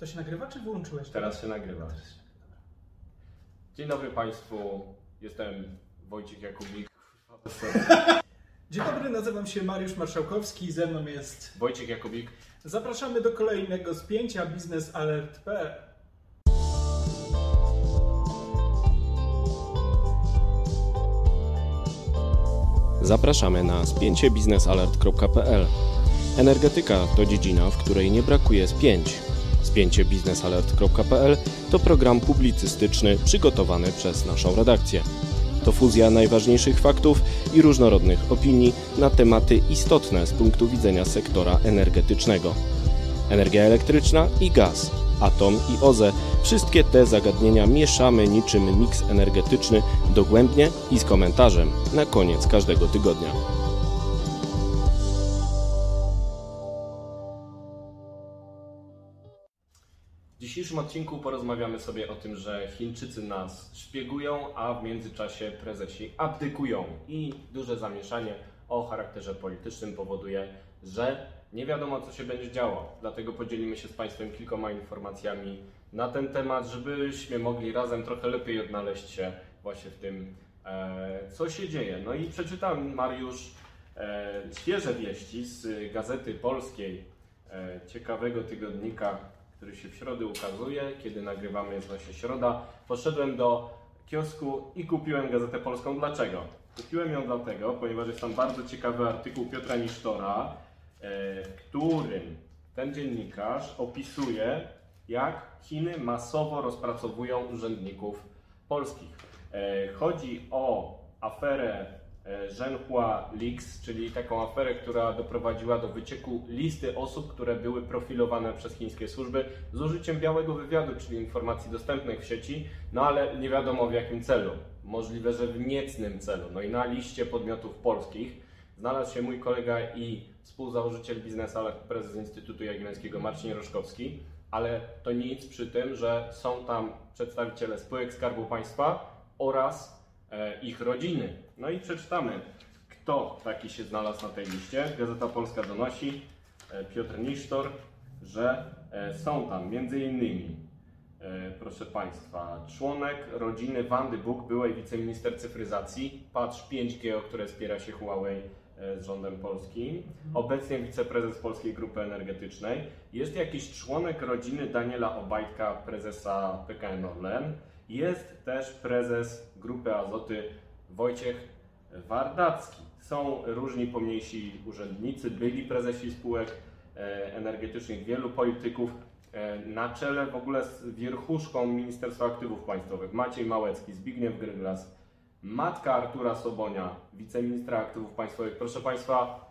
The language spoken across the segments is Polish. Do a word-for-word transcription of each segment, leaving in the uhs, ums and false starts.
To się nagrywa, czy wyłączyłeś? Teraz się nagrywa. Dzień dobry Państwu, jestem Wojciech Jakubik. Dzień dobry, nazywam się Mariusz Marszałkowski, ze mną jest Wojciech Jakubik. Zapraszamy do kolejnego spięcia biznes alert kropka p l. Zapraszamy na spięcie biznes alert kropka p l. Energetyka to dziedzina, w której nie brakuje spięć. spięcie biznes alert kropka p l to program publicystyczny przygotowany przez naszą redakcję. To fuzja najważniejszych faktów i różnorodnych opinii na tematy istotne z punktu widzenia sektora energetycznego. Energia elektryczna i gaz, atom i O Z E, wszystkie te zagadnienia mieszamy niczym miks energetyczny dogłębnie i z komentarzem na koniec każdego tygodnia. W dzisiejszym odcinku porozmawiamy sobie o tym, że Chińczycy nas szpiegują, a w międzyczasie prezesi abdykują i duże zamieszanie o charakterze politycznym powoduje, że nie wiadomo, co się będzie działo. Dlatego podzielimy się z Państwem kilkoma informacjami na ten temat, żebyśmy mogli razem trochę lepiej odnaleźć się właśnie w tym, co się dzieje. No i przeczytam, Mariusz, świeże wieści z Gazety Polskiej, ciekawego tygodnika, który się w środę ukazuje, kiedy nagrywamy, jest właśnie środa. Poszedłem do kiosku i kupiłem Gazetę Polską. Dlaczego? Kupiłem ją dlatego, ponieważ jest tam bardzo ciekawy artykuł Piotra Nisztora, w którym ten dziennikarz opisuje, jak Chiny masowo rozpracowują urzędników polskich. Chodzi o aferę Zhenhua Leaks, czyli taką aferę, która doprowadziła do wycieku listy osób, które były profilowane przez chińskie służby z użyciem białego wywiadu, czyli informacji dostępnych w sieci, no ale nie wiadomo w jakim celu. Możliwe, że w niecnym celu. No i na liście podmiotów polskich znalazł się mój kolega i współzałożyciel Biznes Alert, prezes Instytutu Jagiellońskiego Marcin Roszkowski, ale to nic przy tym, że są tam przedstawiciele spółek Skarbu Państwa oraz e, ich rodziny. No i przeczytamy, kto taki się znalazł na tej liście. Gazeta Polska donosi, e, Piotr Nisztor, że e, są tam między innymi, e, proszę Państwa, członek rodziny Wandy Buk, byłej wiceminister cyfryzacji, patrz pięć G, o które spiera się Huawei z rządem polskim, obecnie wiceprezes Polskiej Grupy Energetycznej. Jest jakiś członek rodziny Daniela Obajtka, prezesa P K N Orlen. Jest też prezes Grupy Azoty Wojciech Wardacki. Są różni pomniejsi urzędnicy, byli prezesi spółek energetycznych, wielu polityków. Na czele w ogóle z wierchuszką Ministerstwa Aktywów Państwowych Maciej Małecki, Zbigniew Gryglas, matka Artura Sobonia, wiceministra aktywów państwowych. Proszę Państwa,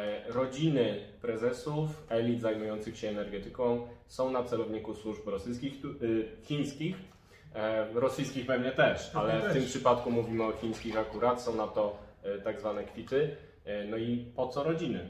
rodziny prezesów, elit zajmujących się energetyką są na celowniku służb rosyjskich, chińskich, rosyjskich pewnie też, ale w tym przypadku mówimy o chińskich akurat, są na to tak zwane kwity. No i po co rodziny?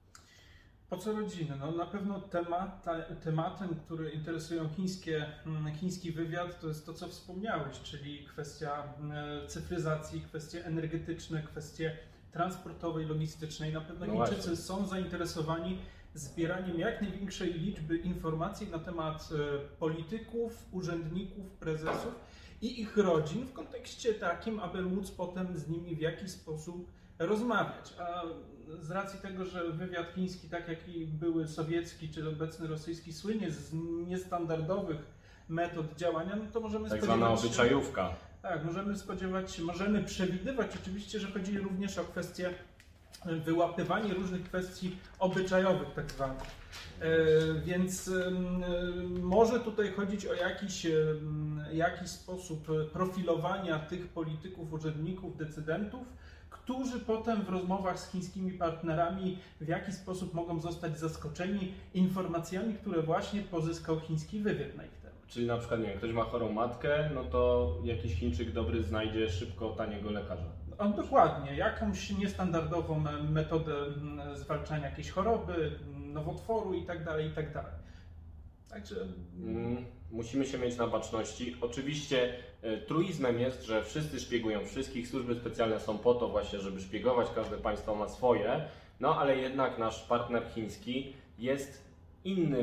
Po co rodziny? No na pewno temat, tematem, który interesują chińskie, chiński wywiad, to jest to, co wspomniałeś, czyli kwestia cyfryzacji, kwestie energetyczne, kwestie transportowej, logistycznej. Na pewno no Chińczycy właśnie są zainteresowani zbieraniem jak największej liczby informacji na temat polityków, urzędników, prezesów i ich rodzin w kontekście takim, aby móc potem z nimi w jakiś sposób rozmawiać. A z racji tego, że wywiad chiński, tak jak i były sowiecki czy obecny rosyjski, słynie z niestandardowych metod działania, no to możemy tak spodziewać zwana się... obyczajówka. Tak, możemy spodziewać się, możemy przewidywać oczywiście, że chodzi również o kwestię wyłapywanie różnych kwestii obyczajowych tak zwanych. E, więc e, może tutaj chodzić o jakiś, e, jakiś sposób profilowania tych polityków, urzędników, decydentów, którzy potem w rozmowach z chińskimi partnerami w jakiś sposób mogą zostać zaskoczeni informacjami, które właśnie pozyskał chiński wywiad na ich temat. Czyli na przykład, nie wiem, ktoś ma chorą matkę, no to jakiś Chińczyk dobry znajdzie szybko taniego lekarza. O, dokładnie, jakąś niestandardową metodę zwalczania jakiejś choroby, nowotworu itd., itd. Także... Mm, musimy się mieć na baczności. Oczywiście e, truizmem jest, że wszyscy szpiegują wszystkich, służby specjalne są po to właśnie, żeby szpiegować, każde państwo ma swoje, no ale jednak nasz partner chiński jest innym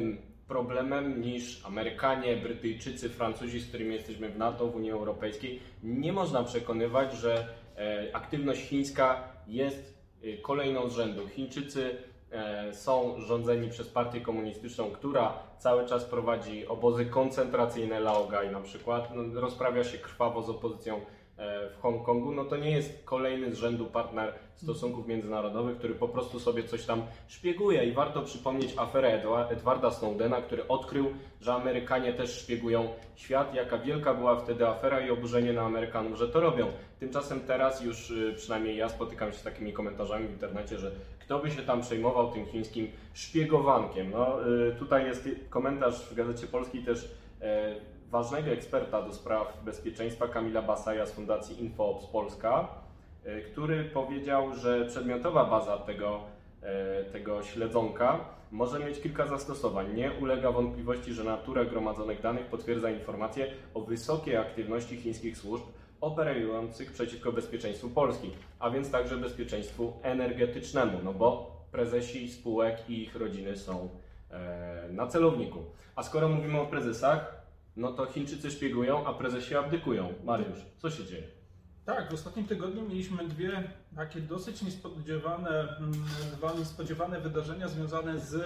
problemem niż Amerykanie, Brytyjczycy, Francuzi, z którymi jesteśmy w NATO, w Unii Europejskiej. Nie można przekonywać, że aktywność chińska jest kolejną z rzędu. Chińczycy są rządzeni przez partię komunistyczną, która cały czas prowadzi obozy koncentracyjne Laogai na przykład, no, rozprawia się krwawo z opozycją w Hongkongu, no to nie jest kolejny z rzędu partner stosunków międzynarodowych, który po prostu sobie coś tam szpieguje. I warto przypomnieć aferę Edwarda Snowdena, który odkrył, że Amerykanie też szpiegują świat. Jaka wielka była wtedy afera i oburzenie na Amerykanów, że to robią. Tymczasem teraz już przynajmniej ja spotykam się z takimi komentarzami w internecie, że kto by się tam przejmował tym chińskim szpiegowankiem. No, tutaj jest komentarz w Gazecie Polskiej też ważnego eksperta do spraw bezpieczeństwa Kamila Basaja z Fundacji InfoOps Polska, który powiedział, że przedmiotowa baza tego, tego śledzonka może mieć kilka zastosowań. Nie ulega wątpliwości, że natura gromadzonych danych potwierdza informacje o wysokiej aktywności chińskich służb operujących przeciwko bezpieczeństwu Polski, a więc także bezpieczeństwu energetycznemu, no bo prezesi spółek i ich rodziny są na celowniku. A skoro mówimy o prezesach, no to Chińczycy szpiegują, a prezesi abdykują. Mariusz, co się dzieje? Tak, w ostatnim tygodniu mieliśmy dwie takie dosyć niespodziewane, niespodziewane wydarzenia związane z um,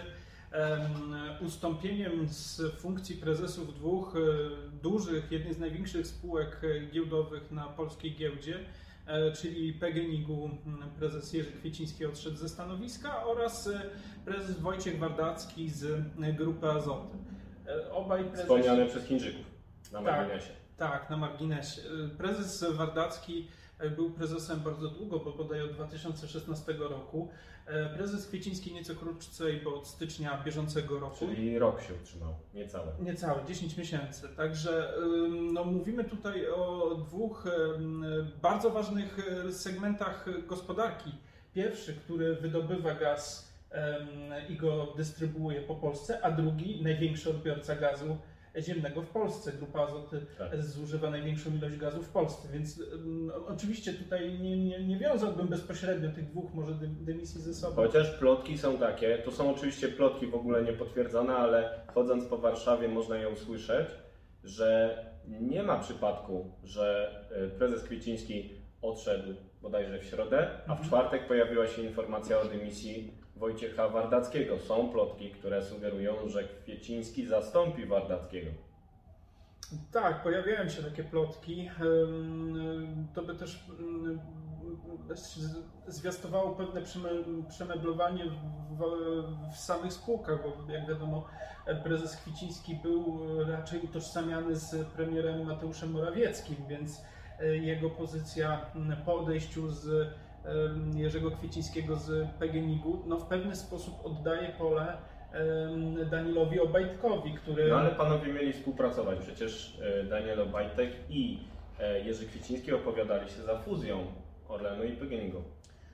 ustąpieniem z funkcji prezesów dwóch dużych, jednej z największych spółek giełdowych na polskiej giełdzie, czyli P G N I G-u prezes Jerzy Kwieciński odszedł ze stanowiska oraz prezes Wojciech Wardacki z Grupy Azoty. Obaj prezesi... Wspomniane przez Chińczyków na marginesie. Tak, tak, na marginesie. Prezes Wardacki był prezesem bardzo długo, bo bodaj od dwa tysiące szesnastego roku. Prezes Kwieciński nieco krócej, bo od stycznia bieżącego roku. Czyli rok się utrzymał, niecałe. Niecałe, dziesięć miesięcy. Także no, mówimy tutaj o dwóch bardzo ważnych segmentach gospodarki. Pierwszy, który wydobywa gaz i go dystrybuuje po Polsce, a drugi, największy odbiorca gazu ziemnego w Polsce. Grupa Azoty tak. zużywa największą ilość gazu w Polsce, więc no, oczywiście tutaj nie, nie, nie wiązałbym bezpośrednio tych dwóch może dymisji ze sobą. Chociaż plotki są takie, to są oczywiście plotki w ogóle niepotwierdzone, ale chodząc po Warszawie można je usłyszeć, że nie ma przypadku, że prezes Kwieciński odszedł bodajże w środę, a w czwartek pojawiła się informacja o dymisji Wojciecha Wardackiego. Są plotki, które sugerują, że Kwieciński zastąpi Wardackiego. Tak, pojawiają się takie plotki. To by też zwiastowało pewne przemeblowanie w, w samych spółkach, bo jak wiadomo prezes Kwieciński był raczej utożsamiany z premierem Mateuszem Morawieckim, więc jego pozycja po odejściu z Jerzego Kwiecińskiego z P G N I G-u no w pewny sposób oddaje pole Danielowi Obajtkowi, który... No ale panowie mieli współpracować, przecież Daniel Obajtek i Jerzy Kwieciński opowiadali się za fuzją Orlenu i P G N I G-u.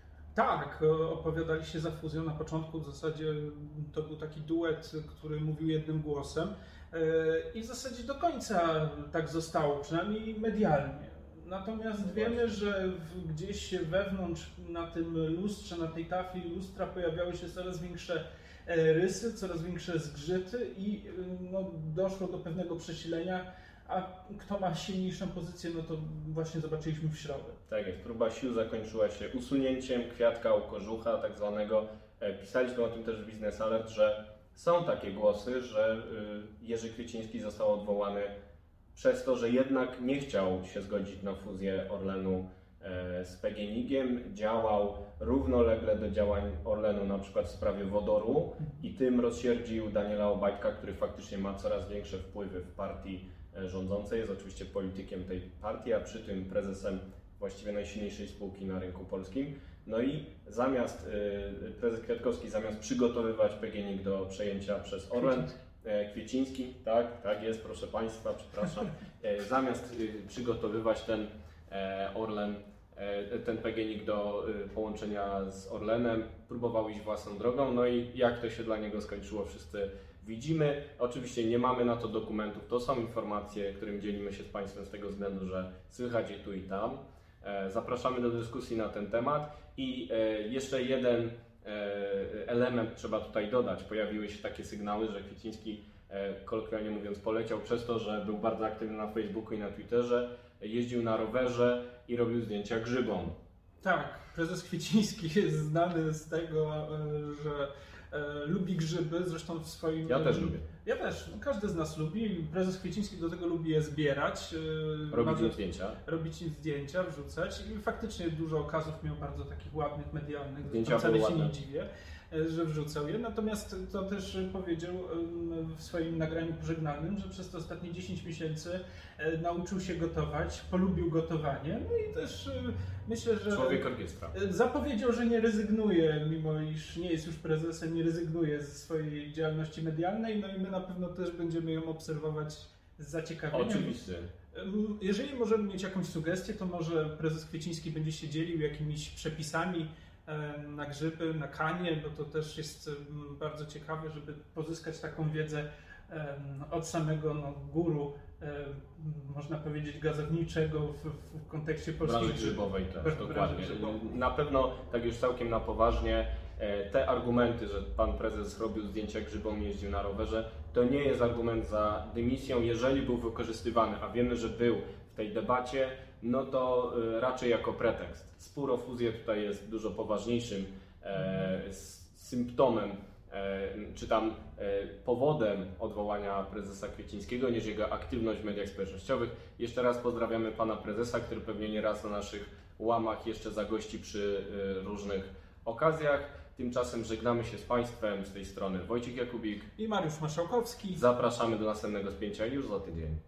Tak, opowiadali się za fuzją. Na początku w zasadzie to był taki duet, który mówił jednym głosem i w zasadzie do końca tak zostało, przynajmniej medialnie. Natomiast wiemy, że gdzieś wewnątrz na tym lustrze, na tej tafli lustra pojawiały się coraz większe rysy, coraz większe zgrzyty i no, doszło do pewnego przesilenia, a kto ma silniejszą pozycję, no to właśnie zobaczyliśmy w środę. Tak jest, próba sił zakończyła się usunięciem kwiatka u kożucha tak zwanego. Pisaliśmy o tym też w Business Alert, że są takie głosy, że Jerzy Kwieciński został odwołany przez to, że jednak nie chciał się zgodzić na fuzję Orlenu z P G N I G-iem, działał równolegle do działań Orlenu na przykład w sprawie wodoru i tym rozsierdził Daniela Obajtka, który faktycznie ma coraz większe wpływy w partii rządzącej, jest oczywiście politykiem tej partii, a przy tym prezesem właściwie najsilniejszej spółki na rynku polskim. No i zamiast, prezes Kwiatkowski zamiast przygotowywać P G N I G do przejęcia przez Orlen, Kwieciński, tak, tak jest, proszę Państwa, przepraszam, zamiast przygotowywać ten Orlen, ten P G N I G do połączenia z Orlenem, próbował iść własną drogą, no i jak to się dla niego skończyło, wszyscy widzimy. Oczywiście nie mamy na to dokumentów, to są informacje, którym dzielimy się z Państwem z tego względu, że słychać je tu i tam. Zapraszamy do dyskusji na ten temat i jeszcze jeden element trzeba tutaj dodać. Pojawiły się takie sygnały, że Kwieciński, kolokwialnie mówiąc, poleciał przez to, że był bardzo aktywny na Facebooku i na Twitterze, jeździł na rowerze i robił zdjęcia grzybom. Tak, prezes Kwieciński jest znany z tego, że e, lubi grzyby, zresztą w swoim... Ja też lubię. Ja też, każdy z nas lubi. Prezes Kwieciński do tego lubi je zbierać. E, robić im zdjęcia. Robić im zdjęcia, wrzucać i faktycznie dużo okazów miał bardzo takich ładnych, medialnych. Zdjęcia wcale się ładne. nie dziwię, że wrzucał je. Natomiast to też powiedział w swoim nagraniu pożegnalnym, że przez te ostatnie dziesięć miesięcy nauczył się gotować, polubił gotowanie. No i też myślę, że Człowiek orkiestra. Zapowiedział, że nie rezygnuje, mimo iż nie jest już prezesem, nie rezygnuje ze swojej działalności medialnej. No i my na pewno też będziemy ją obserwować z zaciekawieniem. Oczywiście. Jeżeli możemy mieć jakąś sugestię, to może prezes Kwieciński będzie się dzielił jakimiś przepisami na grzyby, na kanie, bo to też jest bardzo ciekawe, żeby pozyskać taką wiedzę od samego no, guru, można powiedzieć, gazowniczego w, w kontekście polskiej branży grzybowej też, dokładnie. Grzybowej. Na pewno, tak już całkiem na poważnie, te argumenty, że pan prezes robił zdjęcia grzybom i jeździł na rowerze, to nie jest argument za dymisją, jeżeli był wykorzystywany, a wiemy, że był w tej debacie, no to raczej jako pretekst. Spór o fuzję tutaj jest dużo poważniejszym e, symptomem, e, czy tam e, powodem odwołania prezesa Kwiecińskiego niż jego aktywność w mediach społecznościowych. Jeszcze raz pozdrawiamy pana prezesa, który pewnie nie raz na naszych łamach jeszcze zagości przy e, różnych okazjach. Tymczasem żegnamy się z państwem, z tej strony Wojciech Jakubik i Mariusz Marszałkowski. Zapraszamy do następnego spięcia już za tydzień.